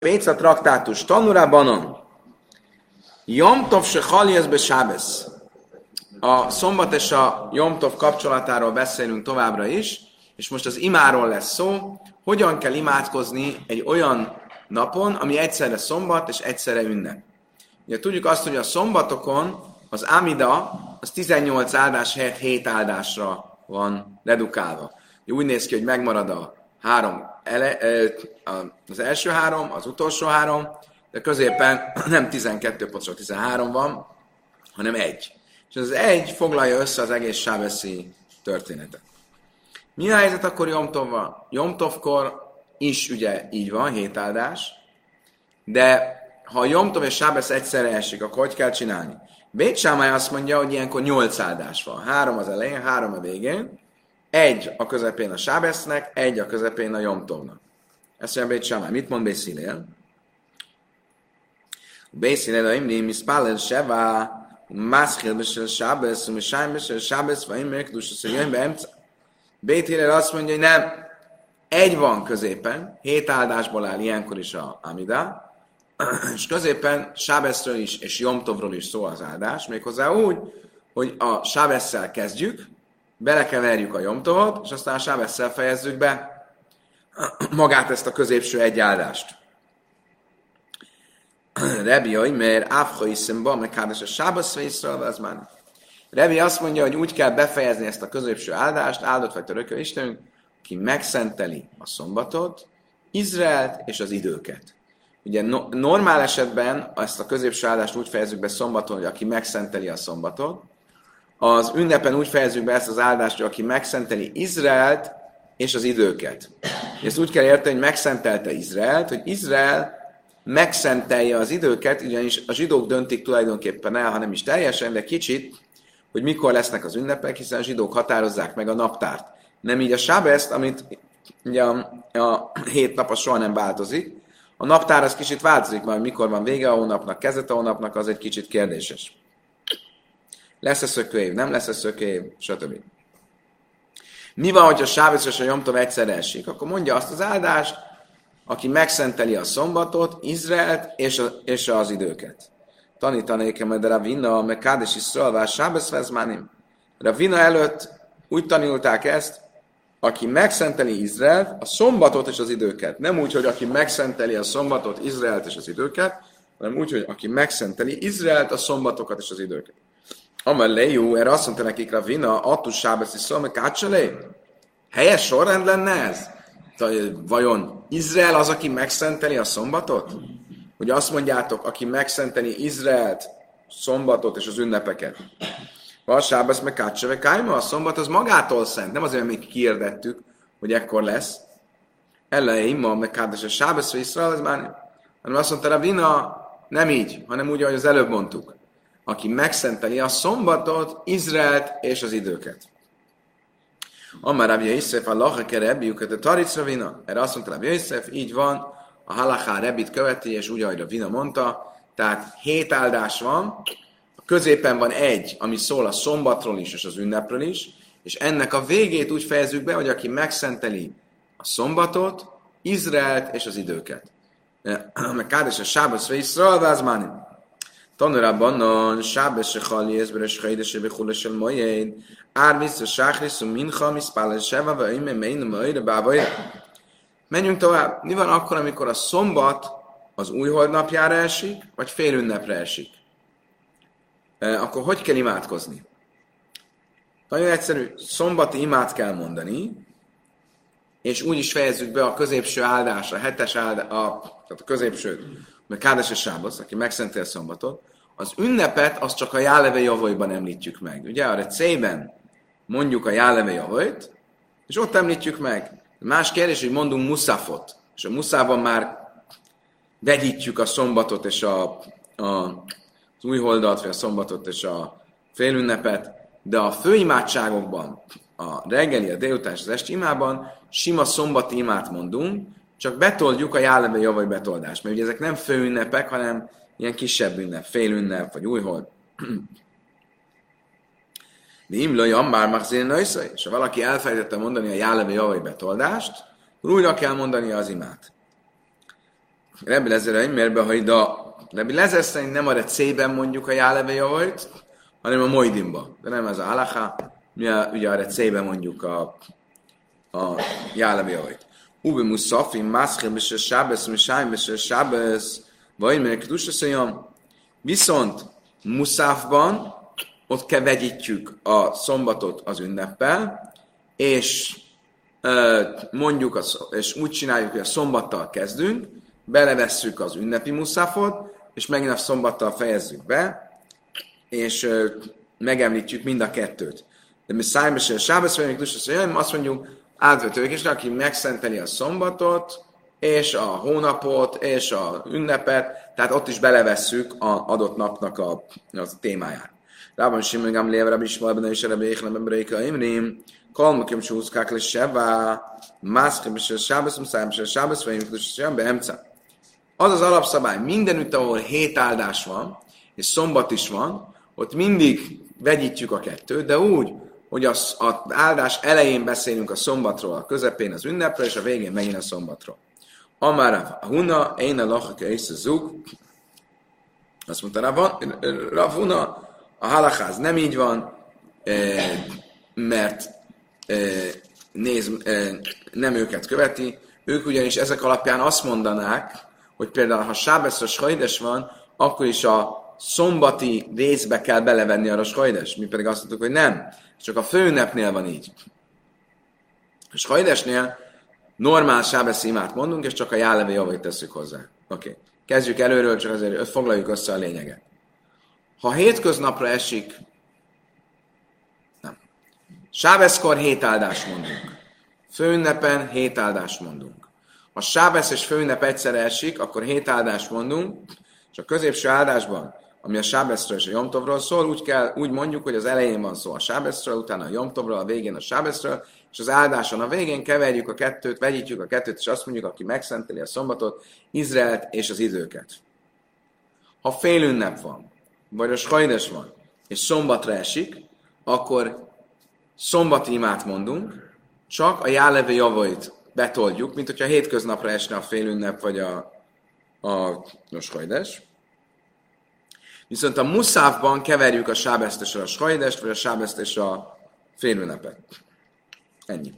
Péca traktátus tanurabanon. Jomtov se haliesz be sábesz. A szombat és a Jomtov kapcsolatáról beszélünk továbbra is, és most az imáról lesz szó, hogyan kell imádkozni egy olyan napon, ami egyszerre szombat és egyszerre ünnep. Ugye tudjuk azt, hogy a szombatokon az Amida az 18 áldás helyett 7 áldásra van redukálva. Úgy néz ki, hogy megmarad a az első 3, az utolsó 3, de középen nem 12, pontosan 13 van, hanem 1. És az 1 foglalja össze az egész sábeszi történetet. Mi a helyzet akkor Jomtovval? Jomtovkor is ugye így van, 7 áldás, de ha a Jomtov és sábesz egyszerre esik, akkor hogy kell csinálni? Bét Sámály azt mondja, hogy ilyenkor 8 áldás van. 3 az elején, 3 a végén, 1 a közepén a sábesznek, 1 a közepén a Jomtovnak. Ezt mondja Bét Sámály. Mit mond Bét Hillel? Bét Hillel a imni, miszpálel seva, mászkél besel sábesz, misájm besel sábesz, vagy imrekdus, azt mondja, beemca. Bét Hillel azt mondja, hogy nem, 1 van középen, 7 áldásból áll ilyenkor is a Amida, és középen sábeszről is, és Jomtovról is szól az áldás, méghozzá úgy, hogy a sábesszel kezdjük, belekeverjük a Jomtovot, és aztán a sábesszel fejezzük be magát ezt a középső egy áldást. Rebi, mert áfhai szemben, meg hádes a sábasz vészről, az már. Rebi azt mondja, hogy úgy kell befejezni ezt a középső áldást, áldott vagy törökő Istenünk, ki megszenteli a szombatot, Izraelt és az időket. Ugye normál esetben ezt a középső áldást úgy fejezzük be szombaton, hogy aki megszenteli a szombatot, az ünnepen úgy fejezzük be ezt az áldást, hogy aki megszenteli Izraelt és az időket. Ezt úgy kell érteni, hogy megszentelte Izraelt, hogy Izrael megszentelje az időket, ugyanis a zsidók döntik tulajdonképpen el, ha nem is teljesen, de kicsit, hogy mikor lesznek az ünnepek, hiszen a zsidók határozzák meg a naptárt. Nem így a sábeszt, amit ugye a 7 nap soha nem változik. A naptár az kicsit változik, majd mikor van vége a hónapnak, kezdete a hónapnak, az egy kicsit kérdéses. Lesz-e szökőév, nem lesz-e szökőév, stb. Mi van, hogyha a sábesz és a Jomtov egyszerre esik? Akkor mondja azt az áldást, aki megszenteli a szombatot, Izraelt és az időket. Tanítanék de Ravina, meg Kádes Iszrael, sábesz vezmánim. Ravina előtt úgy tanulták ezt, aki megszenteli Izraelt, a szombatot és az időket. Nem úgy, hogy aki megszenteli a szombatot, Izraelt és az időket, hanem úgy, hogy aki megszenteli Izraelt, a szombatokat és az időket. Amellé jó, erre azt mondta nekik Ravina, attus sábesz is szól, meg kácselé. Helyes sorrend lenne ez? Vajon Izrael az, aki megszenteli a szombatot? Hogy azt mondjátok, aki megszenteli Izraelt, szombatot és az ünnepeket. A sábesz meg kácseve kájma, a szombat az magától szent, nem azért, még kiirdettük, hogy ekkor lesz. Elején ma meg kádes a sábesz Iszrael, ez már hanem azt mondta Ravina, nem így, hanem úgy, ahogy az előbb mondtuk. Aki megszenteli a szombatot, Izraelt és az időket. Amár Rabbi Yosef, a lacha Rebbiuket, a taric Ravina. Erre azt mondta Rabbi Yosef, így van, a halachá Rebbit követi, és úgy, ahogy Ravina mondta, tehát 7 áldás van, a középen van 1, ami szól a szombatról is, és az ünnepről is, és ennek a végét úgy fejezzük be, hogy aki megszenteli a szombatot, Izraelt és az időket. Meg kádes a sábasz Iszrael, vázmánim. Tanulában sábesz se haliesz, beres hajdes, behules mojed, árvisz, a sáchrisz, a mincha, miszpál, seva, vagy ime, meine, majra, bávajra. Menjünk tovább. Mi van akkor, amikor a szombat az újhold napjára esik, vagy fél ünnepre esik? Akkor hogy kell imádkozni? Nagyon egyszerű, szombati imát kell mondani, és úgy is fejezzük be a középső áldás, a 7-es áldás, tehát a középső, mert kádes és sábasz, aki megszenteli a szombatot, az ünnepet azt csak a jáleve javolyban említjük meg. Ugye a C-ben mondjuk a jáleve javolyt, és ott említjük meg. Más kérdés, hogy mondunk muszafot, és a muszában már vegyítjük a szombatot és az újholdat, vagy a szombatot és a félünnepet, de a főimádságokban, a reggeli, a délután és az esti imában sima szombati imát mondunk, csak betoldjuk a jáleve javoly betoldást, mert ugye ezek nem főünnepek, hanem ilyen kisebb ünnep, félünnep, vagy újhold. De imlai ambár magzén és ha valaki elfelejtette mondani a jáleve javoly betoldást, akkor újra kell mondani az imát. Rebbi Lezer, miért behajda? Rebbi Lezer szerint nem a recében mondjuk a jáleve javait, hanem a mojdimba. De nem ez a halacha, mi ugye a recében mondjuk a jáleve javait. Ubi muszafim, mászkel, és a sábesz, misáim, és a sábesz, vagy mert kedusra viszont muszáfban ott kell vegyítjük a szombatot az ünneppel, és mondjuk, és úgy csináljuk, hogy a szombattal kezdünk, belevesszük az ünnepi muszáfot, és megint a szombattal fejezzük be, és megemlítjük mind a kettőt. De mi szájbesel, sábeszvegyünk, azt mondjuk, átvetők is, aki megszenteli a szombatot, és a hónapot, és a ünnepet, tehát ott is belevesszük az adott napnak a témáját. Rában Simon Gamliel, Rabbi Ismael ben Isha, Rabbi Yechon ben Bereika Imrim, Kalmukim Shuzkák le Sheva, Mászkim és a Sábesz, Muszájm és a Sábesz, vagy Imrim Beemca. Az az alapszabály, mindenütt, ahol 7 áldás van, és szombat is van, ott mindig vegyítjük a kettőt, de úgy, hogy az áldás elején beszélünk a szombatról, a közepén az ünnepről, és a végén megint a szombatról. Amár Huna, én a lachaka és a zug. Azt mondta Rav Huna, a halacház nem így van, mert nem őket követi. Ők ugyanis ezek alapján azt mondanák, hogy például ha sábeszres hajdes van, akkor is a szombati részbe kell belevenni a hajdes. Mi pedig azt mondtuk, hogy nem. Csak a főünnepnél van így. A hajdesnél normál sábesz imát mondunk, és csak a jáleve javait tesszük hozzá. Oké. Kezdjük előről, csak azért foglaljuk össze a lényeget. Ha hétköznapra esik, nem. Sábeszkor 7 áldást mondunk. Főünnepen 7 áldást mondunk. Ha sábesz és főünnep egyszerre esik, akkor 7 áldást mondunk, és a középső áldásban, ami a sábeszről és a jomtovról szól, úgy mondjuk, hogy az elején van szó a sábeszről, utána a jomtovról, a végén a sábeszről, és az áldáson a végén keverjük a kettőt, vegyítjük a kettőt, és azt mondjuk, aki megszenteli a szombatot, Izraelt és az időket. Ha félünnep van, vagy a sajdes van, és szombatra esik, akkor szombati imát mondunk, csak a jáleve javait betoljuk, mint hogyha hétköznapra esne a félünnep, vagy a sajdes. Viszont a muszávban keverjük a sábeszt és a sajdest, vagy a sábeszt és a félünnepet. Ennyi.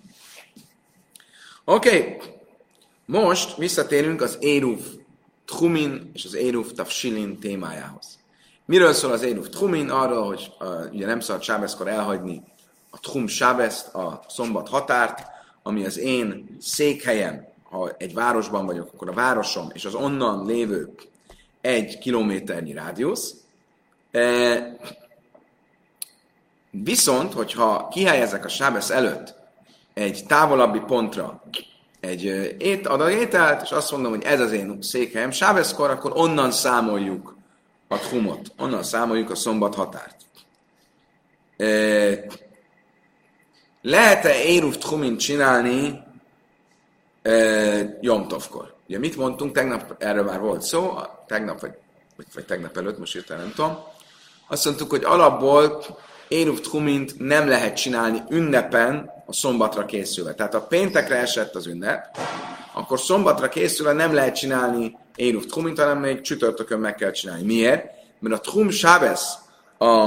Oké. Most visszatérünk az Éruv Tchumin és az Éruv Tafsilin témájához. Miről szól az Éruv Tchumin? Arról, hogy ugye nem szabad sábeszkor elhagyni a Tchum sábeszt, a szombat határt, ami az én székhelyem, ha egy városban vagyok, akkor a városom és az onnan lévő 1 kilométernyi rádiusz. Viszont, hogyha kihelyezek a sábesz előtt egy távolabbi pontra egy ételt, és azt mondom, hogy ez az én székhelyem sábeszkor, akkor onnan számoljuk a tchumot, onnan számoljuk a szombat határt. Lehet-e Éruv Tchumin csinálni Jomtovkor? Ugye mit mondtunk, tegnap erről már volt szó, tegnap vagy tegnap előtt, most hirtelen nem tudom. Azt mondtuk, hogy alapból Éruv Tchumint nem lehet csinálni ünnepen a szombatra készülve. Tehát ha péntekre esett az ünnep, akkor szombatra készülve nem lehet csinálni Éruv Tchumint, hanem még csütörtökön meg kell csinálni. Miért? Mert a Tchum sábesz, a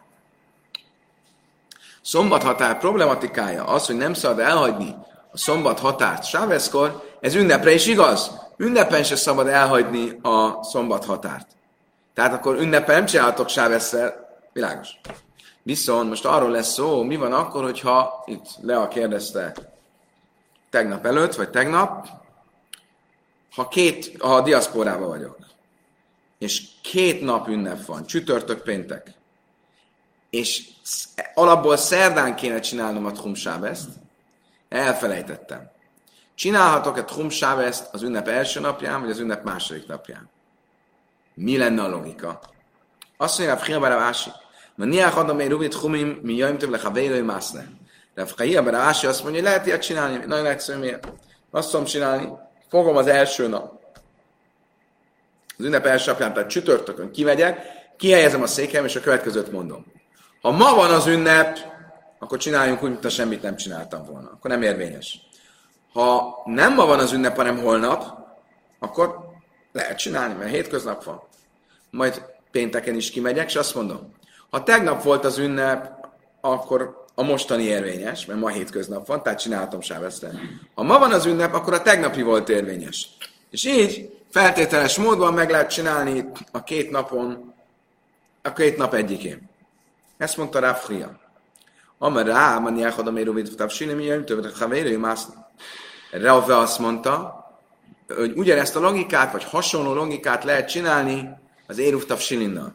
szombathatár problematikája az, hogy nem szabad elhagyni a szombat határt sábeszkor, ez ünnepre is igaz. Ünnepen se szabad elhagyni a szombat határt. Tehát akkor ünnepen nem csinálhatok sábesszel, világos. Viszont most arról lesz szó, mi van akkor, hogyha, itt Lea kérdezte tegnap előtt, vagy tegnap, ha a diaszporában vagyok, és 2 nap ünnep van, csütörtök, péntek, és alapból szerdán kéne csinálnom a Tchum sábeszt, elfelejtettem. Csinálhatok-e Tchum sábeszt az ünnep első napján, vagy az ünnep második napján? Mi lenne a logika? Azt mondja, hogy Fchia Baravási, mert niach adom egy Rubi Tchumim, mi jöjjön több lechavérai mászne. De Fchia Baravási azt mondja, hogy lehet ilyet csinálni, nagyon egyszerű, miért? Azt tudom csinálni, fogom az első nap. Az ünnep első napján, tehát csütörtökön kimegyek, kihelyezem a székhelyem, és a következőt mondom. Ha ma van az ünnep, akkor csináljunk úgy, mintha semmit nem csináltam volna. Akkor nem érvényes. Ha nem ma van az ünnep, hanem holnap, akkor Lehet csinálni, mert hétköznap van. Majd pénteken is kimegyek, és azt mondom, ha tegnap volt az ünnep, akkor a mostani érvényes, mert ma hétköznap van, tehát csinálhatom sábeszre. Ha ma van az ünnep, akkor a tegnapi volt érvényes. És így feltételes módon meg lehet csinálni a két napon, a két nap egyikén. Ezt mondta Rav Chia. Amar rá, man jáhodom érovid tapsini, mi jön többet a havérő mászni. Rav azt mondta, hogy ugyanezt a logikát, vagy hasonló logikát lehet csinálni az Éruv Tavsilinnal.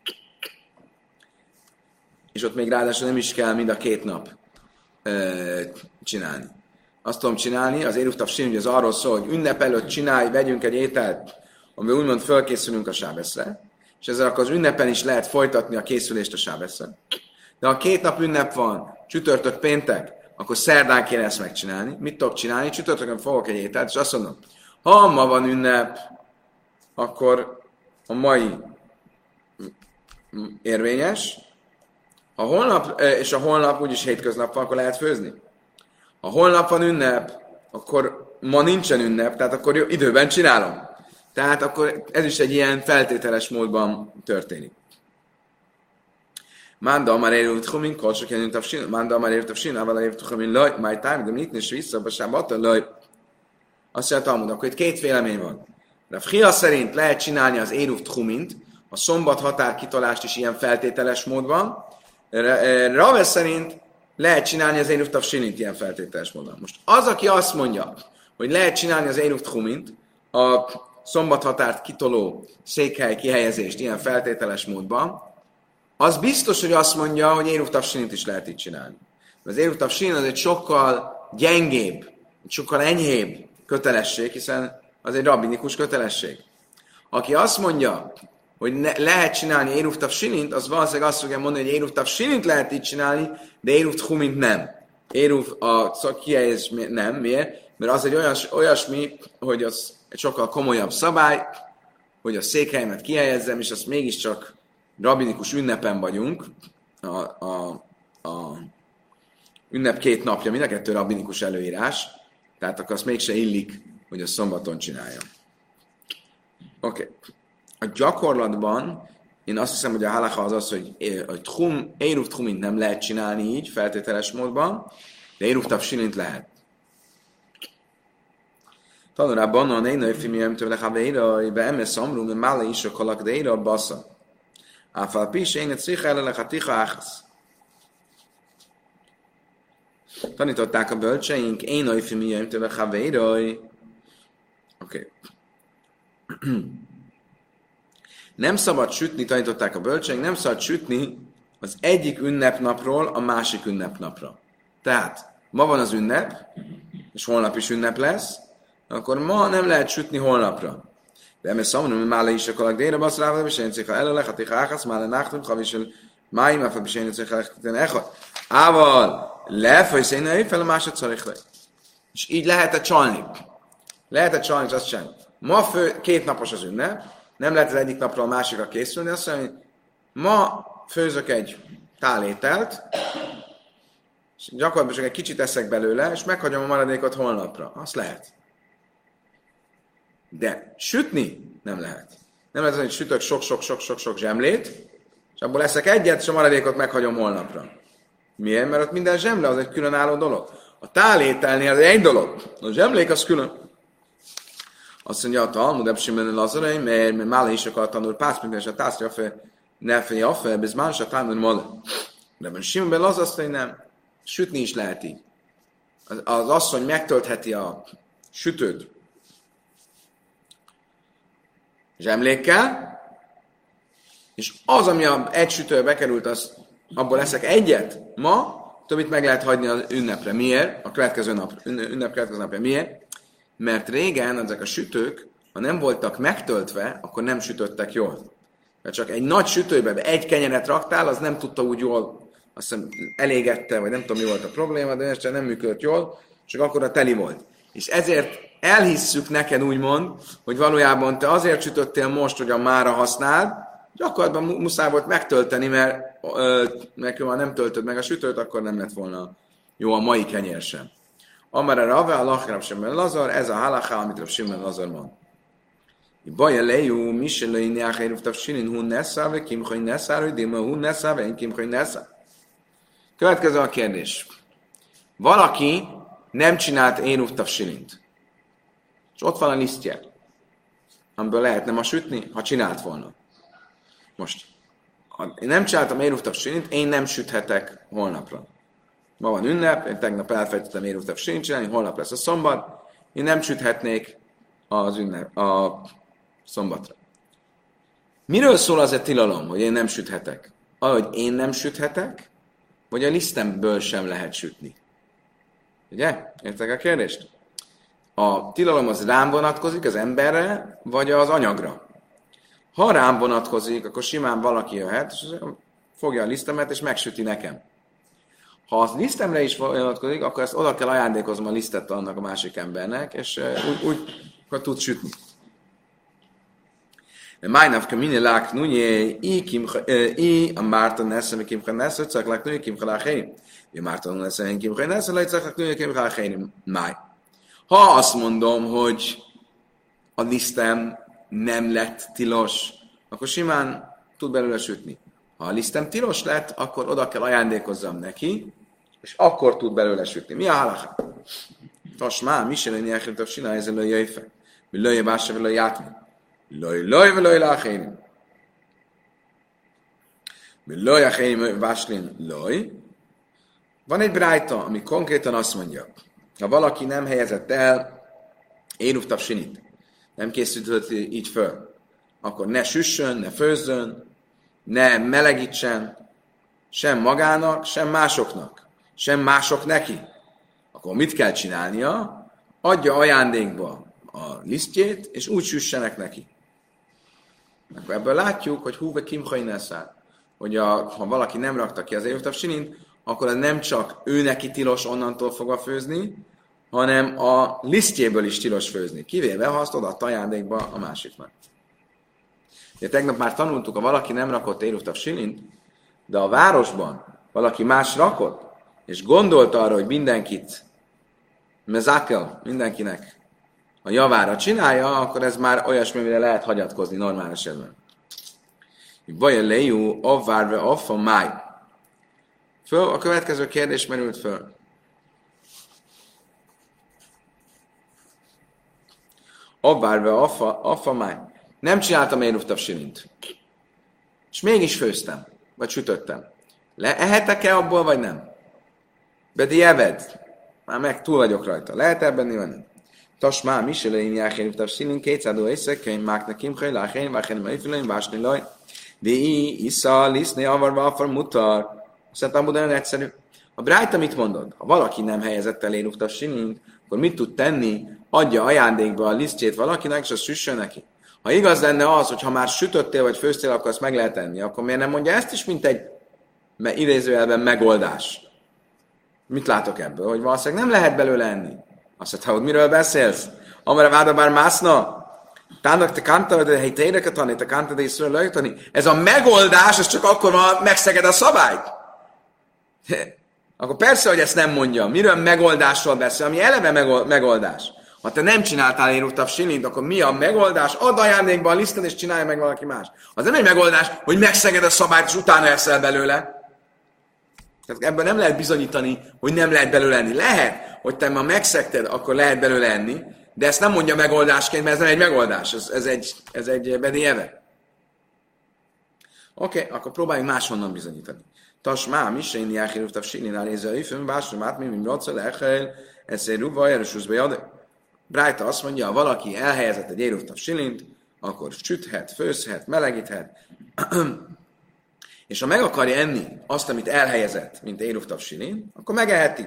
És ott még ráadásul nem is kell mind a két nap csinálni. Azt tudom csinálni, az Éruv Tavsilin, hogy az arról szól, hogy ünnep előtt csinálj, vegyünk egy ételt, amivel úgymond fölkészülünk a sábeszre, és ezzel akkor az ünnepen is lehet folytatni a készülést a sábeszre. De ha két nap ünnep van, csütörtök, péntek, akkor szerdán kéne ezt megcsinálni. Mit tudok csinálni? Csütörtökön fogok egy ételt, és azt mondom, ha ma van ünnep, akkor a mai érvényes, ha holnap, és a holnap úgyis hétköznap van, akkor lehet főzni. Ha holnap van ünnep, akkor ma nincsen ünnep, tehát akkor jó, időben csinálom. Tehát akkor ez is egy ilyen feltételes módban történik. Manda már érült tchumin, kolcsok jelent tavsin, manda már érült tavsin, aval érült tchumin laj, majd time, de mit is vissza, basában laj. Azt mondja, Talmud, akkor itt két vélemény van. De a Chia szerint lehet csinálni az Éruv Tchumint, a szombat határkitolást is ilyen feltételes módban. Rave szerint lehet csinálni az Éruv Tavsilint ilyen feltételes módon. Most az, aki azt mondja, hogy lehet csinálni az Éruv Tchumint, a szombathatárt kitoló székhely kihelyezést ilyen feltételes módban, az biztos, hogy azt mondja, hogy Éruv Tavsilint is lehet így csinálni. Az Éruv Tavsilin az egy sokkal gyengébb, sokkal enyhébb kötelesség, hiszen az egy rabbinikus kötelesség. Aki azt mondja, hogy lehet csinálni Éruv Tavsilint, az valószínűleg azt fogja mondani, hogy Éruv Tavsilint lehet így csinálni, de Éruv Tchumint nem. Éruv a kihelyezés nem. Miért? Mert az egy olyasmi, hogy az egy sokkal komolyabb szabály, hogy a székhelyemet kihelyezzem, és azt mégiscsak rabbinikus ünnepen vagyunk, a ünnep két napja, mind a kettő rabbinikus előírás, tehát akkor azt mégse illik, hogy a szombaton csinálja. Oké. A gyakorlatban én azt hiszem, hogy a halacha az az, hogy Éruv Tchumint nem lehet csinálni így, feltételes módban, de Éruv Tavsilint lehet. Tanulában a nénői filmjeim tőle havéra, be emes amrum, mert mála is a kalakdeira bassza. Áfál pis, én egy szikha elele haticha áhasz. Tanították a bölcseink, én a filmjeim tőle havéra. Oké. Nem szabad sütni, tanították a bölcseink, nem szabad sütni az egyik ünnepnapról a másik ünnepnapra. Tehát ma van az ünnep, és holnap is ünnep lesz, akkor ma nem lehet sütni holnapra. De emes szamnom, hogy mála is a kalagdéra baszrával, és én céha előle, ha tiha áhasz, mála náchtum, ha visel máim, ha is én céha echad. Ával lefolysz én fel a másodszor. És így lehet-e csalni? Lehet-e csalni, és azt sem. Ma két napos az ünnep, nem lehet az egyik napról a másikra készülni, azt mondja, hogy ma főzök egy tálételt, és gyakorlatilag csak egy kicsit eszek belőle, és meghagyom a maradékot holnapra. Azt lehet. De sütni nem lehet. Nem lehet, hogy sütök sok zsemlét, és abból eszek egyet, és a maradékot meghagyom holnapra. Miért? Mert ott minden zsemle az egy különálló dolog. A tálételnél az egy dolog. A zsemlék az külön. Azt mondja, a Talmud, ebben Lazarai, mert mála is akar tanulni, pász, mint a tász, ne félj affel, bez más a Talmud mala. De ebben Simonben Lazasztai nem. Sütni is lehet így. Az asszony megtöltheti a sütőt zsemlékkel, és az, ami egy sütőbe bekerült, az, abból leszek egyet ma, többit meg lehet hagyni az ünnepre. Miért? A következő nap, ünnep következő napja. Miért? Mert régen ezek a sütők, ha nem voltak megtöltve, akkor nem sütöttek jól. Mert csak egy nagy sütőbe egy kenyeret raktál, az nem tudta úgy jól, azt hiszem elégette, vagy nem tudom mi volt a probléma, de ez nem működött jól, csak akkor a teli volt. És ezért elhisszük neked úgymond, hogy valójában te azért sütöttél most, hogy a mára használd, gyakorlatban muszáj volt megtölteni, mert ha nem töltöd meg a sütőt, akkor nem lett volna jó a mai kenyér sem. Amara Rave, a Lachrav Shimon Lazar, ez a halacha, amit Rav Shimon Lazar mond. Baja lejú, miselői neáhelyruv tafsilin, hun neszáve, kimhaj neszáve, dima hun neszáve, én kimhaj neszáve. Következő a kérdés. Valaki nem csinált éruv tafsilint, és ott van a lisztje, amiből lehetne ma sütni, ha csinált volna. Most, ha én nem csináltam éruv tafsilint, én nem süthetek holnapra. Ma van ünnep, én tegnap elfelejtettem éruv tafsilint csinálni, holnap lesz a szombat, én nem süthetnék a szombatra. Miről szól az a tilalom, hogy én nem süthetek? Ahogy én nem süthetek, vagy a lisztemből sem lehet sütni. Ugye? Értek a kérdést? A tilalom az rám vonatkozik, az emberre, vagy az anyagra. Ha rám vonatkozik, akkor simán valaki jöhet, és fogja a lisztemet, és megsüti nekem. Ha az lisztemre is vonatkozik, akkor ezt oda kell ajándékoznom a lisztet annak a másik embernek, és úgy akkor tud sütni. Májnav kamini lák nunye, a Márton nesze, kimcha nesze, csak lák nunye, kimcha láchéni. A Márton nesze, kimcha nesze, csak lák nunye, kimcha láchéni. Máj. Ha azt mondom, hogy a lisztem nem lett tilos, akkor simán tud belőle sütni. Ha a lisztem tilos lett, akkor oda kell ajándékozzam neki, és akkor tud belőle sütni. Mi a halacha? Tasmá, mi se lenni elkülöntöbb sinálj, ez a jöjfe. Mi lője bássa, vele játni. Lőj láchéni. Mi lőj láchéni, váslin, lőj. Van egy brájta, ami konkrétan azt mondja, ha valaki nem helyezett el éruv tafsinit, nem készített így föl, akkor ne süssön, ne főzzön, ne melegítsen, sem magának, sem másoknak, sem mások neki. Akkor mit kell csinálnia? Adja ajándékba a lisztjét, és úgy süssenek neki. Akkor ebből látjuk, hogy húve kimchai neszár, hogy ha valaki nem rakta ki az éruv tafsinit, akkor ez nem csak ő neki tilos onnantól fogva főzni, hanem a lisztjéből is tilos főzni. Kivéve, ha azt odaadta ajándékba a másiknak. Ugye tegnap már tanultuk, ha valaki nem rakott éruv tafsilint, de a városban valaki más rakott, és gondolt arra, hogy mindenkit mezákel, mindenkinek a javára csinálja, akkor ez már olyasmire lehet hagyatkozni normál esetben. Vajon lejú, avvárve, affa, máj. Föl, a következő kérdés merült föl. Avvárve, affa, máj. Nem csináltam éruv tafsilint. És mégis főztem, vagy sütöttem. Ehetek-e abból, vagy nem? Bedi eved. Már meg túl vagyok rajta. Lehet ebben venni? Tasmá, miselein jáhéruv tafsilin, 200 éjszekein, máknak kimchai, láhén, váhén, melyfilein, vásni laj. De isza, liszné, avarva, afar, mutar. Szerintem nagyon egyszerű. A brájta mit mondod? Ha valaki nem helyezett el éruv tafsilint, akkor mit tud tenni? Adja ajándékba a lisztjét valakinek, és azt süssön neki. Ha igaz lenne az, hogy ha már sütöttél, vagy főztél, akkor azt meg lehet enni, akkor miért nem mondja ezt is, mint egy idézőjelben megoldás? Mit látok ebből? Hogy valószínűleg nem lehet belőle enni. Azt mondta, hogy miről beszélsz? Amara váda bár mászna? Tának te kantad, de hely téreket tanít, te kantad, de észről lejtani. Ez a megoldás, ez csak akkor van, megszeged a szabályt. Akkor persze, hogy ezt nem mondja. Miről megoldásról beszél, ami eleve megoldás. Ha te nem csináltál éruv tafsilint, akkor mi a megoldás? Add ajándékba a lisztet, és csinálja meg valaki más. Az nem egy megoldás, hogy megszeged a szabályt, és utána eszel belőle. Tehát ebből nem lehet bizonyítani, hogy nem lehet belőle enni. Lehet, hogy te ma megszegted, akkor lehet belőle enni, de ezt nem mondja megoldásként, mert ez nem egy megoldás, ez egy bedieve. Oké, akkor próbáljunk máshonnan bizonyítani. Tasmá, misén jáhéruv tafsilin, álézze a ifőn, básomát, mi rocsa, lehel, eszéruv, vajerusúzbe jade. Brájta azt mondja, ha valaki elhelyezett egy éruv tafsilint, akkor süthet, főzhet, melegíthet, és ha meg akarja enni azt, amit elhelyezett, mint éruv tafsilin, akkor megeheti.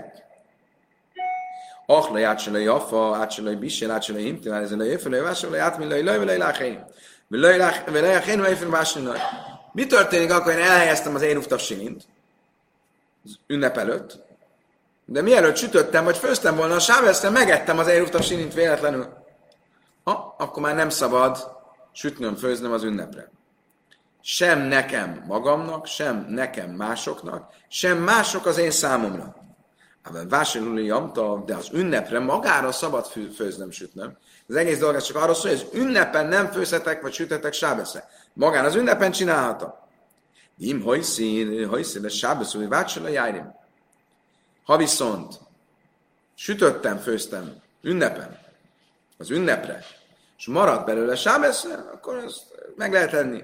Achla játselai jaffa, átselai bisél, átselai imtivál, ez a jöjfölöj, vássolai átmillai, lővelei láchény. Velei láchény, lőjfön vássolai. Mi történik akkor, én elhelyeztem az éruv tafsilint az ünnep előtt, de mielőtt sütöttem, vagy főztem volna a sávesztem, megettem az éruv tafsilint véletlenül. Akkor már nem szabad sütnöm, főznöm az ünnepre. Sem nekem magamnak, sem nekem másoknak, sem mások az én számomra. Vásárolni jamta, de az ünnepre magára szabad főznöm, sütnöm. Az egész dolog csak arról szól, hogy az ünnepen nem főzhetek, vagy sütetek sábeszre. Magán az ünnepen csinálhatom. Im hajszín, sábeszú, hogy vácsol jájrim. Ha viszont sütöttem, főztem ünnepen, az ünnepre, és marad belőle sábeszre, akkor azt meg lehet enni.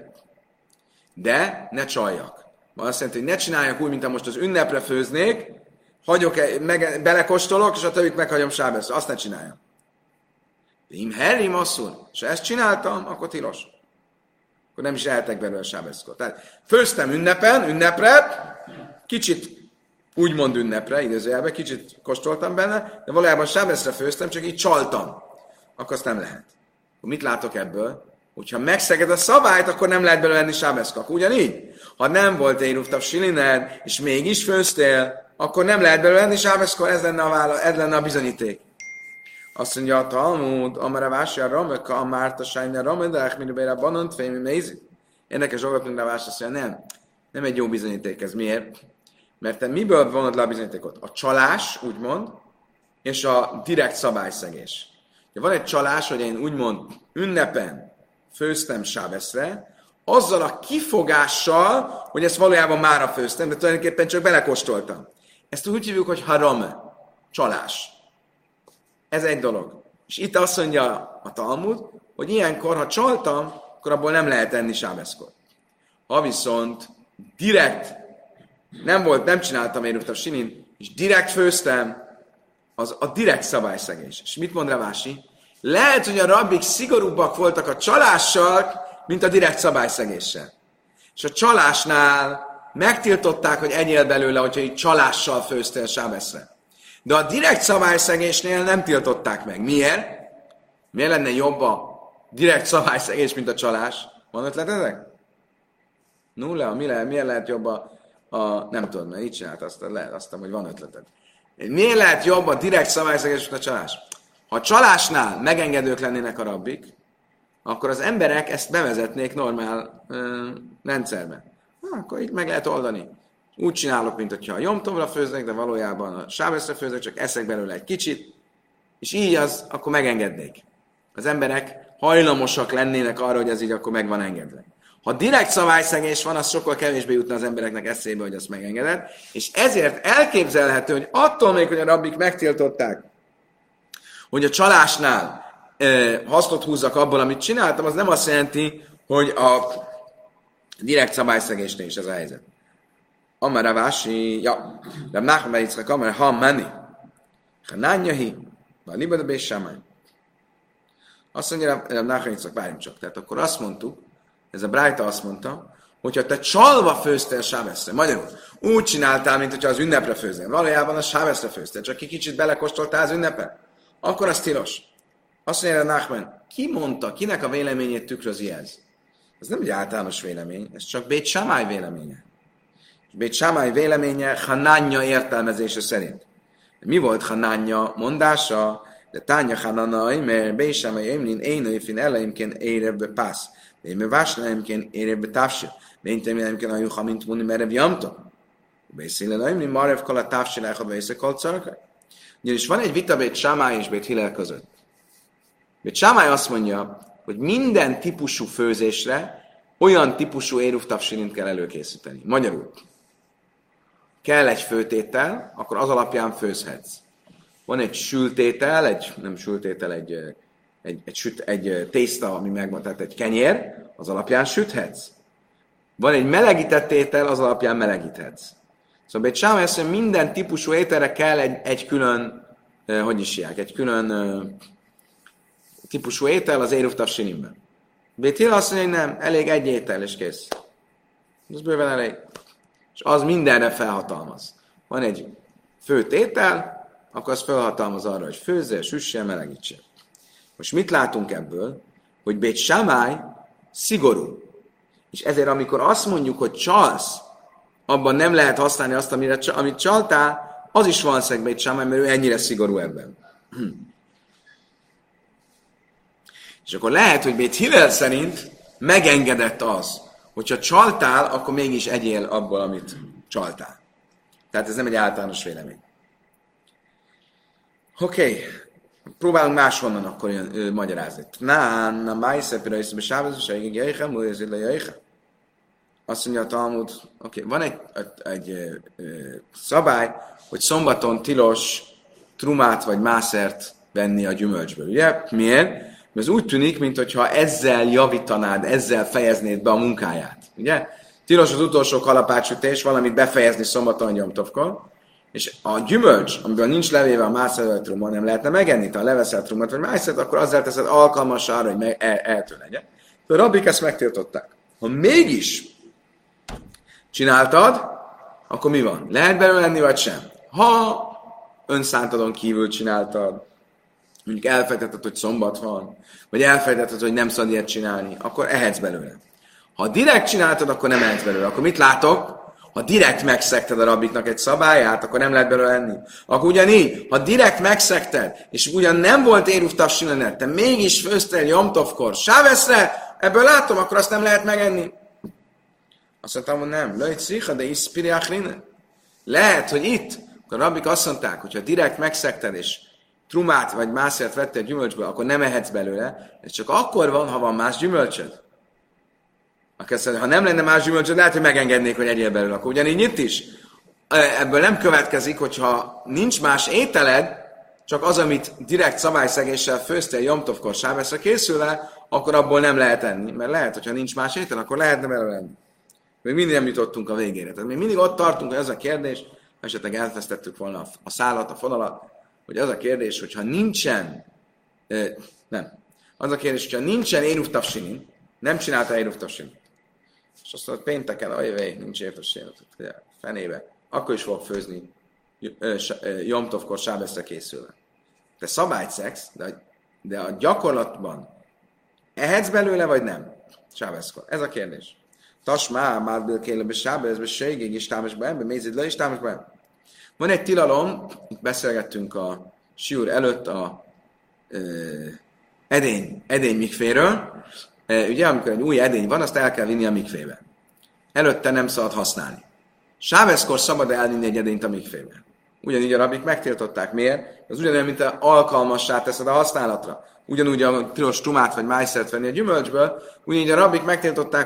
De ne csaljak. Azt jelenti, hogy ne csináljak úgy, mint most az ünnepre főznék, belekóstolok, és a többit meghagyom sábeszre. Azt ne csináljam. De im herrim asszul, és ezt csináltam, akkor tilos. Akkor nem is ehetek belőle a sábeszkor. Tehát főztem ünnepre, kicsit úgymond ünnepre, idézőjelben, kicsit kóstoltam benne, de valójában sábeszre főztem, csak így csaltam. Akkor azt nem lehet. Mit látok ebből? Hogyha megszeged a szabályt, akkor nem lehet belőle enni sábeszkor. Ugyanígy, ha nem volt éruftav silined, és mégis főztél, akkor nem lehet belőle enni sábeszkor, ez lenne a bizonyíték. Azt mondja a Talmud, amara vásja rameka, a márta sájna ramedák, mint a banant, fejmi mézi. Érdekes dolgot, mint a vásja, azt mondja, nem egy jó bizonyíték ez. Miért? Mert te miből vonod le a bizonyítékot? A csalás, úgymond, és a direkt szabályszegés. Van egy csalás, hogy én úgymond ünnepen főztem sábeszre, azzal a kifogással, hogy ezt valójában mára főztem, de tulajdonképpen csak belekóstoltam. Ezt úgy hívjuk, hogy harame, csalás. Ez egy dolog. És itt azt mondja a Talmud, hogy ilyenkor, ha csaltam, akkor abból nem lehet enni sábeszkor. Ha viszont direkt nem csináltam érültem sinin, és direkt főztem, az a direkt szabályszegés. És mit mond Ravási? Lehet, hogy a rabbik szigorúbbak voltak a csalással, mint a direkt szabályszegéssel. És a csalásnál megtiltották, hogy egyél belőle, hogyha így csalással főztél sábeszre. De a direkt szabályszegésnél nem tiltották meg. Miért? Miért lenne jobb a direkt szabályszegés, mint a csalás? Van ötletetek? Nulla, miért lehet jobb nem tudom, mert így csinált, aztán, hogy van ötleted. Miért lehet jobb a direkt szabályszegés, mint a csalás? Ha a csalásnál megengedők lennének a rabbik, akkor az emberek ezt bevezetnék normál rendszerbe. Akkor így meg lehet oldani. Úgy csinálok, mint hogyha a jomtovra főznek, de valójában a sábeszre főznek, csak eszek belőle egy kicsit, és így akkor megengednék. Az emberek hajlamosak lennének arra, hogy ez így akkor meg van engedve. Ha direkt szabályszegés van, az sokkal kevésbé jutna az embereknek eszébe, hogy azt megengedett, és ezért elképzelhető, hogy attól még, hogy a rabbik megtiltották, hogy a csalásnál hasznot húzzak abból, amit csináltam, az nem azt jelenti, hogy a direkt szabályszegésnél is ez a helyzet. Amara vási, de Nachman Yitzchak amara, ha menni, ha nányahi, vagy libada bés sámány. Azt mondja, Nachman Yitzchak, várjunk csak. Tehát akkor azt mondtuk, ez a Brájta azt mondta, hogyha te csalva főztél sábeszre, magyarul úgy csináltál, mint hogyha az ünnepre főznél, valójában a sábeszre főztél, csak kicsit belekóstoltál az ünnepen, akkor az tilos. Azt mondja Nachman, ki mondta, kinek a véleményét tükrözi ez? Ez nem egy általános vélemény, ez csak Bét Sámály véleménye. Bét Sámály véleménye Hanánja értelmezése szerint. Mi volt Hanánja mondása? De Tánya Hananai, mert Bét Sámály émlin énőfin eleimként érevbe pász. De én vásláimként érevbe távsil. Bényteményemként a juha, mint mondni, merev jamta. Beszélenaimni, marev kala távsil elhad vészek alcarakai. Ugyanis van egy vita Bét Sámály és Bét Hillel között. Bét Sámály azt mondja, hogy minden típusú főzésre olyan típusú éruf tavsilint kell előkészíteni. Magyarul. Kell egy főtétel, akkor az alapján főzhetsz. Van egy sültétel, egy tészta, ami megvan, tehát egy kenyér, az alapján süthetsz. Van egy melegített étel, az alapján melegíthetsz. Szóval Bét Sámály azt mondja, minden típusú ételre kell egy külön, egy külön típusú étel az éruf tavsilimben. Bét Hillel azt mondja, hogy nem, elég egy étel, és kész. Ez bőven elég. És az mindenre felhatalmaz. Van egy fő tétel, akkor az felhatalmaz arra, hogy főzze, süsse, melegítse. Most mit látunk ebből? Hogy Bét Sámály szigorú. És ezért, amikor azt mondjuk, hogy csalsz, abban nem lehet használni azt, amit csaltál, az is van szeg Bét Sámály, mert ő ennyire szigorú ebben. És akkor lehet, hogy Bét Hillel szerint megengedett az, hogyha csaltál, akkor mégis egyél abból, amit csaltál. Tehát ez nem egy általános vélemény. Oké. Próbálunk máshonnan akkor magyarázni. Na, májszepire is, és sábezőség, jöjjön, múlőző le jöjjön. Azt mondja a Talmud, van egy szabály, hogy szombaton tilos trumát vagy mászert venni a gyümölcsből, ugye? Miért? Mert ez úgy tűnik, mintha ezzel javítanád, ezzel fejeznéd be a munkáját, ugye? Tilos az utolsó kalapácsütés, valamit befejezni szombaton Jomtovkor, és a gyümölcs, amiből nincs levéve a mászert truma, nem lehetne megenni, ha leveszel trumát vagy mászert, akkor azzal teszed alkalmas arra, hogy eltől legyen. De a rabbik ezt megtiltották. Ha mégis csináltad, akkor mi van? Lehet belőle lenni, vagy sem? Ha önszántadon kívül csináltad, mondjuk elfejtetted, hogy szombat van, vagy elfejtetted, hogy nem szabad ilyet csinálni, akkor ehetsz belőle. Ha direkt csináltad, akkor nem ehetsz belőle. Akkor mit látok? Ha direkt megszegted a rabbiknak egy szabályát, akkor nem lehet belőle lenni. Akkor ugyanígy, ha direkt megszegted, és ugyan nem volt éruftav silenet, te mégis főztél Jomtovkor Sáveszre, ebből látom, akkor azt nem lehet megenni. Azt mondtam, hogy nem. Lőjt szíha, de iszpiri achrine. Lehet, hogy itt, akkor a rabbik azt mondták, hogy ha direkt megszegted, és trumát vagy mászert vettél gyümölcsből, akkor nem ehetsz belőle. Ez csak akkor van, ha van más gyümölcsöd. Ha nem lenne más gyümölcsöd, lehet, hogy megengednék, hogy egyél belőle. Akkor ugyanígy itt is. Ebből nem következik, hogyha nincs más ételed, csak az, amit direkt szabályszegéssel főztél Jomtovkor Sáveszre készülve, akkor abból nem lehet enni. Mert lehet, hogyha nincs más étel, akkor lehetne belőle enni. Még mindig nem jutottunk a végére. Tehát még mindig ott tartunk, hogy az a kérdés, esetleg elvesztettük volna a szálat, a fonalat, hogy az a kérdés, hogyha nincsen, az a kérdés, hogyha nincsen Éruftav Sinin, nem csinálta Éruftav Sinin, és azt mondod, pénteken, ajjaj, nincs Éruftav Sinin, fenébe, akkor is fog főzni Jomtovkor Sábeszre készülve. Te szabályt szegsz, de a gyakorlatban ehetsz belőle, vagy nem? Sábeszkor. Ez a kérdés. Tasmá, már bőkélebe Sábeszbe, segég is támasba ember, mézid le is támasba ember. Van egy tilalom, itt beszélgettünk a siúr előtt a edény mikvéről. Ugye, amikor egy új edény van, azt el kell vinni a mikvébe. Előtte nem szabad használni. Sáveszkor szabad elvinni egy edényt a mikvébe. Ugyanígy a rabbik megtiltották. Miért? Az ugyanolyan, mint alkalmassá teszed a használatra. Ugyanúgy a tilos trumát vagy májszert venni a gyümölcsből, ugyanígy a rabbik megtiltották,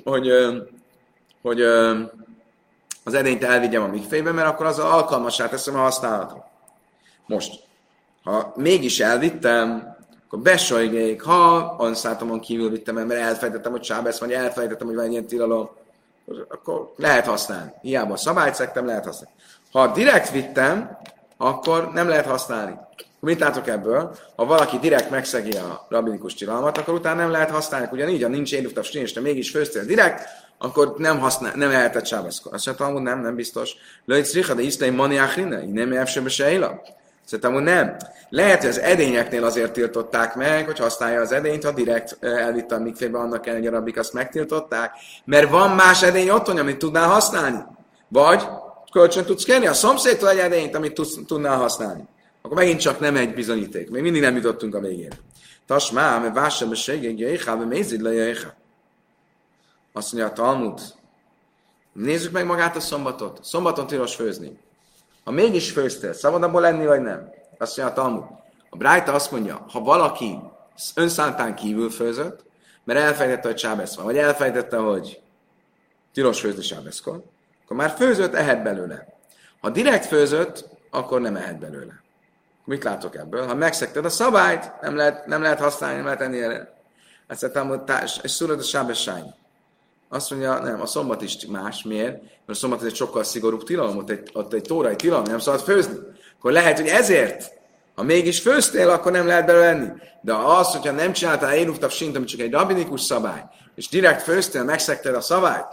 hogy az edényt elvigyem a mikvébe, mert akkor azzal alkalmassá teszem a használatra. Most, ha mégis elvittem, akkor besajgék, ha önszátomon kívül vittem el, mert elfejtettem, hogy sábesz, vagy elfejtettem, hogy van ilyen tilalom, akkor lehet használni. Hiába szabályt szegtem, lehet használni. Ha direkt vittem, akkor nem lehet használni. Mit látok ebből? Ha valaki direkt megszegi a rabbinikus tilalmat, akkor utána nem lehet használni. Ugyanígy, ha nincs éruftav sinin, és te mégis főztél direkt, akkor nem lehetett sábeszkor. Azt mondtam, hogy nem biztos. Lőjt szriha, de iszlei mani achrine, nem elfsebe sejla. Szerintem, hogy nem. Lehet, hogy az edényeknél azért tiltották meg, hogy használja az edényt, ha direkt elvitte a mikvébe, annak ellenére, hogy a rabbik azt megtiltották, mert van más edény otthon, amit tudnál használni. Vagy kölcsön tudsz kérni a szomszédtól egy edényt, amit tudnál használni. Akkor megint csak nem egy bizonyíték. Még mindig nem jutottunk a végére. Tasmá, mert vássam, és segítség, jöjjjel, mézid le jöjjjel. Azt mondja a Talmud. Nézzük meg magát a szombatot. Szombaton tilos főzni. Ha mégis főztél, szabad abból lenni, vagy nem? Azt mondja a Talmud. A Brájta azt mondja, ha valaki önszántán kívül főzött, mert elfejtette, hogy sábesz van, vagy elfejtette, hogy tilos főzni sábeszkor, akkor már főzött, ehet belőle. Ha direkt főzött, akkor nem ehet belőle. Mit látok ebből? Ha megszegted a szabályt, nem lehet használni, nem lehet enni erre. Ezt mondtam, hogy és szurad a sábesz sány. Azt mondja, nem, a szombat is más. Miért? Mert a szombat egy sokkal szigorúbb tilalom, ott egy tórai tilalom, nem szabad főzni. Akkor lehet, hogy ezért, ha mégis főztél, akkor nem lehet belőle enni. De az, hogyha nem csináltál éruftav sint, ami csak egy rabbinikus szabály, és direkt főztél, megszegted a szabályt,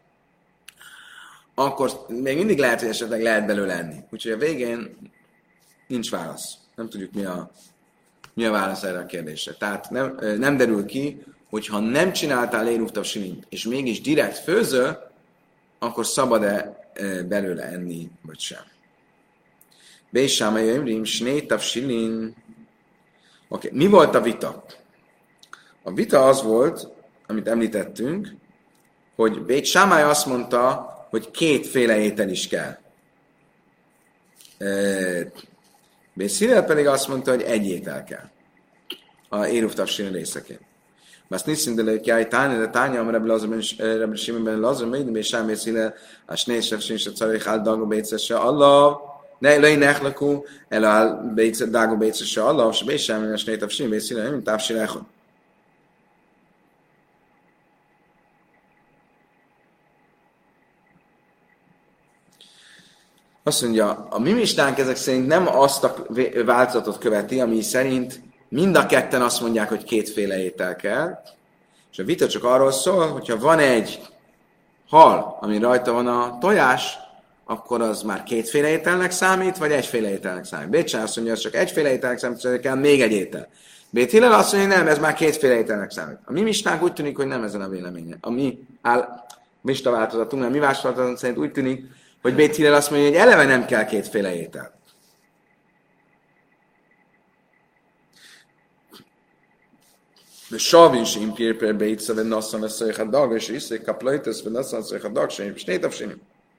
akkor még mindig lehet, hogy esetleg lehet belőle enni. Úgyhogy a végén nincs válasz. Nem tudjuk, mi a válasz erre a kérdésre. Tehát nem derül ki, hogyha nem csináltál éruftav sinint, és mégis direkt főző, akkor szabad-e belőle enni, vagy sem. Bésámai ömrim, snétav silin. Oké, mi volt a vita? A vita az volt, amit említettünk, hogy Bét Sámály azt mondta, hogy kétféle étel is kell. Bét Hillel pedig azt mondta, hogy egy étel kell a Éruv Tafsin részeként. Azt niszint elő kell tányi, de tányi, amire Rebbe Simonben lazom, még és sem Bét Hillel, a snészef sincs a carajhál dagó bécese Allah, ne lej nechlakú, el a dagó bécese Allah, és Bét sem, és nétav sin, Bét Hillel, mint távsi lechon. Azt mondja, a mi mistánk ezek szerint nem azt a változatot követi, ami szerint mind a ketten azt mondják, hogy kétféle étel kell, és a vita csak arról szól, hogyha van egy hal, ami rajta van a tojás, akkor az már kétféle ételnek számít, vagy egyféle ételnek számít. Bécsán azt mondja, az csak egyféle ételnek számít, hogy kell még egy étel. Bét Hillel azt mondja, hogy nem, ez már kétféle ételnek számít. A mi mistánk úgy tűnik, hogy nem ezen a véleményen. A mi mista változatunk, a mi változatunk szerint úgy tűnik, hogy Bét Hillel azt mondja, hogy eleve nem kell kétféle étel. De savin sem pirper beitza, vagy nasszan lesz a dag, és iszék kaplajtesz, vagy nasszan lesz a dag, és nétav sem.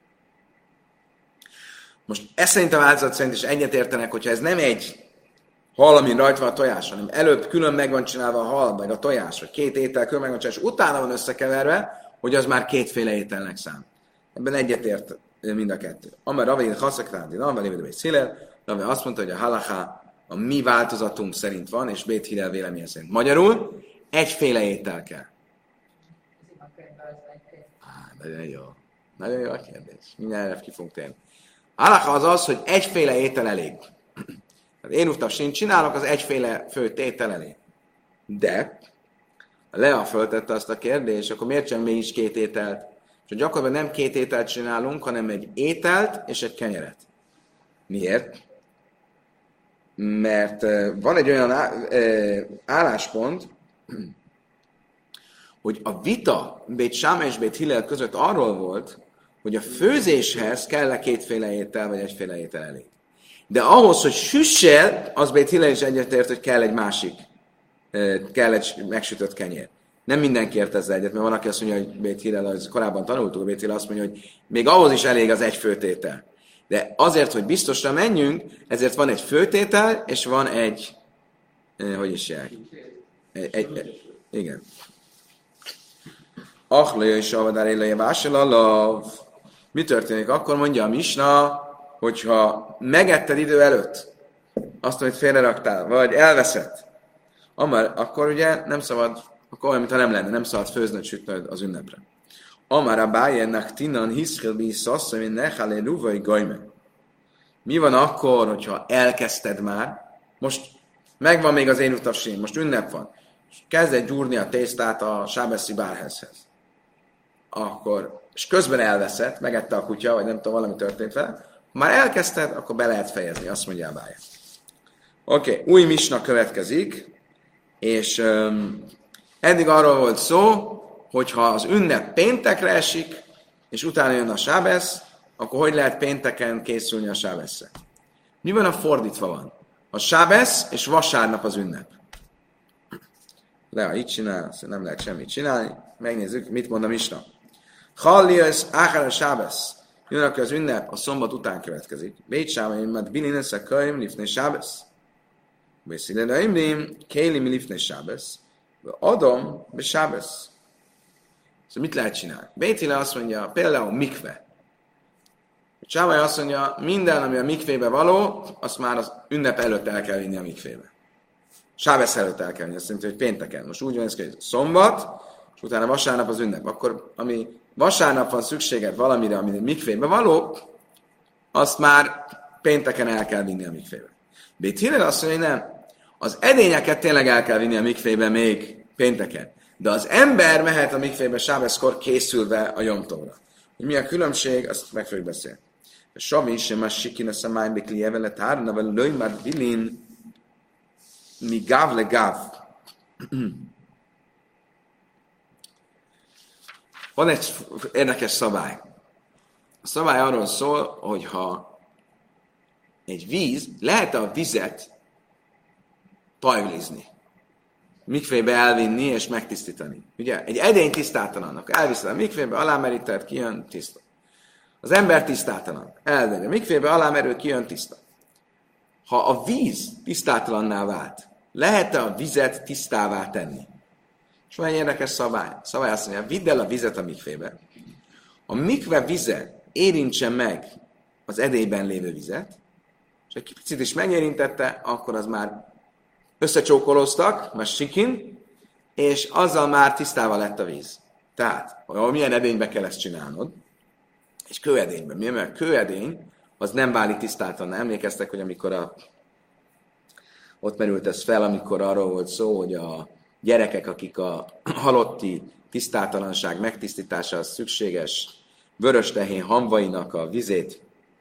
Most ez szerint a változat szerint is egyetértenek, hogyha ez nem egy hal, amin rajta van a tojás, hanem előbb külön meg van csinálva a hal, meg a tojás, vagy két étel külön meg van csinálva, és utána van összekeverve, hogy az már kétféle ételnek számít. Ebben egyetért mind a kettő. Amár Ravi Haszakrádi, Ravi Bét Hillel, Ravi azt mondta, hogy a halaká a mi változatunk szerint van, és Bét Hillel véleménye szerint. Magyarul egyféle étel kell. Nagyon jó. Nagyon jó a kérdés. Mindjárt ki fogunk térni. Halaká az, hogy egyféle étel elég. Tehát én utafsin csinálok, az egyféle fő étel elég. De a Lea föltette azt a kérdést, akkor miért sem mégis két ételt? És gyakorlatilag nem két ételt csinálunk, hanem egy ételt és egy kenyeret. Miért? Mert van egy olyan álláspont, hogy a vita Bét Sáma és Bét Hillel között arról volt, hogy a főzéshez kell-e kétféle étel, vagy egyféle étel elég. De ahhoz, hogy süssel, az Bét Hillel is egyetért, hogy kell egy másik, kell egy megsütött kenyér. Nem mindenki ért ezzel egyet, mert van, aki azt mondja, hogy Bét Hillel, az korábban tanultuk, a Bét Hillel azt mondja, hogy még ahhoz is elég az egy főtétel. De azért, hogy biztosra menjünk, ezért van egy főtétel, és van egy, hogy is jár? Igen. Achlője és avadár élője vásárlalav. Mi történik? Akkor mondja a Misna, hogyha megetted idő előtt azt, amit félreraktál, vagy elveszett, akkor ugye nem szabad, akkor olyan, mintha nem lenne, nem szabad főznöd, sütnöd az ünnepre. Amár a bájennek tinan hiszkilbi szasszony, mint nechalé ruvai gajme. Mi van akkor, hogyha elkezdted már, most megvan még az én utavsén, most ünnep van, és kezded gyúrni a tésztát a sábeszi bárhezhez. Akkor, és közben elveszett, megette a kutya, vagy nem tudom, valami történt vele, ha már elkezdted, akkor be lehet fejezni, azt mondja a bája. Oké, új misna következik, és eddig arról volt szó, hogyha az ünnep péntekre esik, és utána jön a sábesz, akkor hogy lehet pénteken készülni a sábeszre? Mi van, a fordítva van? A sábesz és vasárnap az ünnep. Lea, így csinál, nem lehet semmit csinálni. Megnézzük, mit mond a misna. Hallias áhár a sábesz. Jön, akkor az ünnep a szombat után következik. Bét sábesz, mert bilines a könyv, lifne sábesz. Beszélene imrim, kélim lifne sábesz. Adom, be sábesz. Szóval mit lehet csinálni? Bét Hillel azt mondja, például mikve. Sámai azt mondja, minden, ami a mikvébe való, azt már az ünnep előtt el kell vinni a mikvébe. Sábesz előtt el kell vinni, azt mondja, hogy pénteken. Most úgy van ez, hogy szombat, és utána vasárnap az ünnep. Akkor, ami vasárnap van szükséged valamire, ami a mikvébe való, azt már pénteken el kell vinni a mikvébe. Bét Hillel azt mondja, hogy nem. Az edényeket tényleg el kell vinni a mikvébe még pénteken. De az ember mehet a mikvébe sábeszkor készülve a jomtóra. Hogy mi a különbség, azt meg fogjuk beszélni. A Savi sem a sikin a szemály bekli evelet hárna, vagy lőj már bilin mi gáv le gáv. Van egy érdekes szabály. A szabály arról szól, hogy ha egy víz, lehet a vizet tajvlizni. Mikvébe elvinni és megtisztítani. Ugye, egy edény tisztátalan, akkor elviszed a mikvébe, alámeríted, kijön tiszta. Az ember tisztátalan, elvinni a mikvébe, alámerül, kijön tiszta. Ha a víz tisztátalanná vált, lehet-e a vizet tisztává tenni? És van egy érdekes szabály. Szabály azt mondja, vidd el a vizet a mikvébe. A mikve vize érintse meg az edélyben lévő vizet, és egy picit is megérintette, akkor az már összecsókolóztak, már sikin, és azzal már tisztával lett a víz. Tehát, milyen edénybe kell ezt csinálnod, és kőedényben. Miért? Mert a kőedény az nem válik tisztáltan. Emlékeztek, hogy amikor ott merült ez fel, amikor arról volt szó, hogy a gyerekek, akik a halotti tisztátalanság megtisztításához szükséges vörös tehén hamvainak a vizét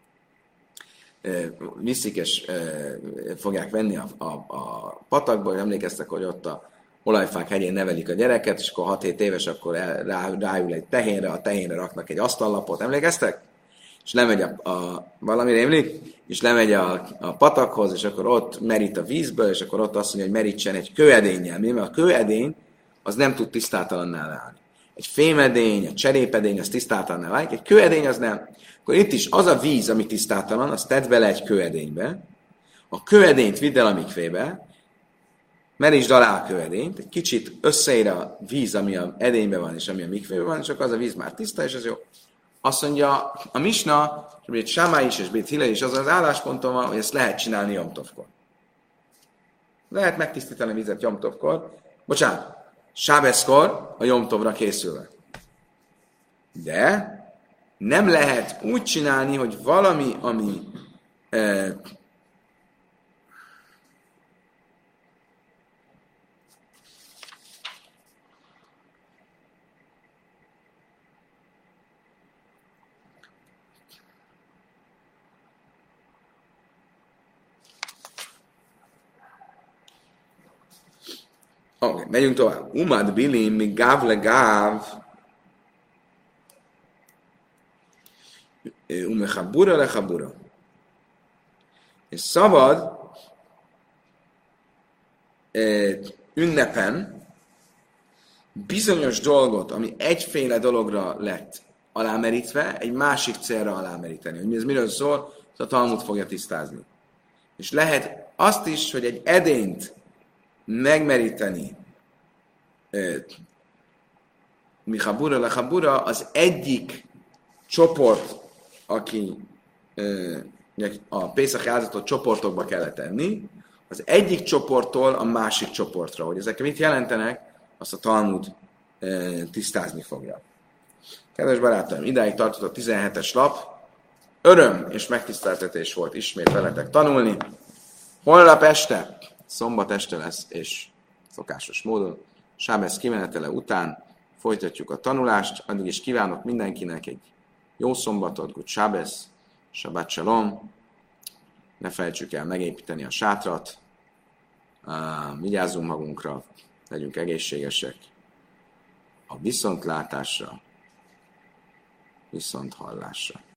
viszik, és fogják venni a patakból, emlékeztek, hogy ott a olajfák hegyén nevelik a gyereket, és akkor 6-7 éves, akkor ráül egy tehénre, a tehénre raknak egy asztallapot, emlékeztek? És lemegy valami rémlik, és lemegy a patakhoz, és akkor ott merít a vízből, és akkor ott azt mondja, hogy merítsen egy kőedénnyel. Mi? Mert a kőedény az nem tud tisztátalanná válni. Egy fémedény, egy cserépedény, az tisztátalanná válik, egy kőedény az nem. Akkor itt is az a víz, ami tisztátalan, azt tedd bele egy kőedénybe, a kőedényt vidd el a mikvébe, merítsd alá a kőedényt, egy kicsit összeér a víz, ami a edényben van, és ami a mikvében van, és akkor az a víz már tiszta, és ez jó. Azt mondja, a Misna, és Bét Sámái is, és Bét Hillel is az állásponton van, hogy ezt lehet csinálni Jom Tovkor. Lehet megtisztítani a vizet Jom Tovkor. Bocsánat, Sábeszkor a Jom Tovra készülve. De nem lehet úgy csinálni, hogy valami, ami Oké, megyünk tovább. Umad bilim, mi gáv le gáv, umechabura le chabura. És szabad ünnepen bizonyos dolgot, ami egyféle dologra lett alámerítve, egy másik célra alámeríteni. Hogy ez miről szól, a Talmud fogja tisztázni. És lehet azt is, hogy egy edényt megmeríteni Michabura lechabura az egyik csoport, aki a Pészak áldozatot csoportokba kellett tenni, az egyik csoporttól a másik csoportra. Hogy ezek mit jelentenek, azt a Talmud tisztázni fogja. Kedves barátaim, idáig tartott a 17-es lap. Öröm és megtiszteltetés volt ismét veletek tanulni. Holnap este, szombat este lesz, és szokásos módon, Sábesz kimenetele után folytatjuk a tanulást. Addig is kívánok mindenkinek egy jó szombatot, good Sábesz, Shabbat Shalom. Ne felejtsük el megépíteni a sátrat, vigyázzunk magunkra, legyünk egészségesek. A viszontlátásra, viszonthallásra.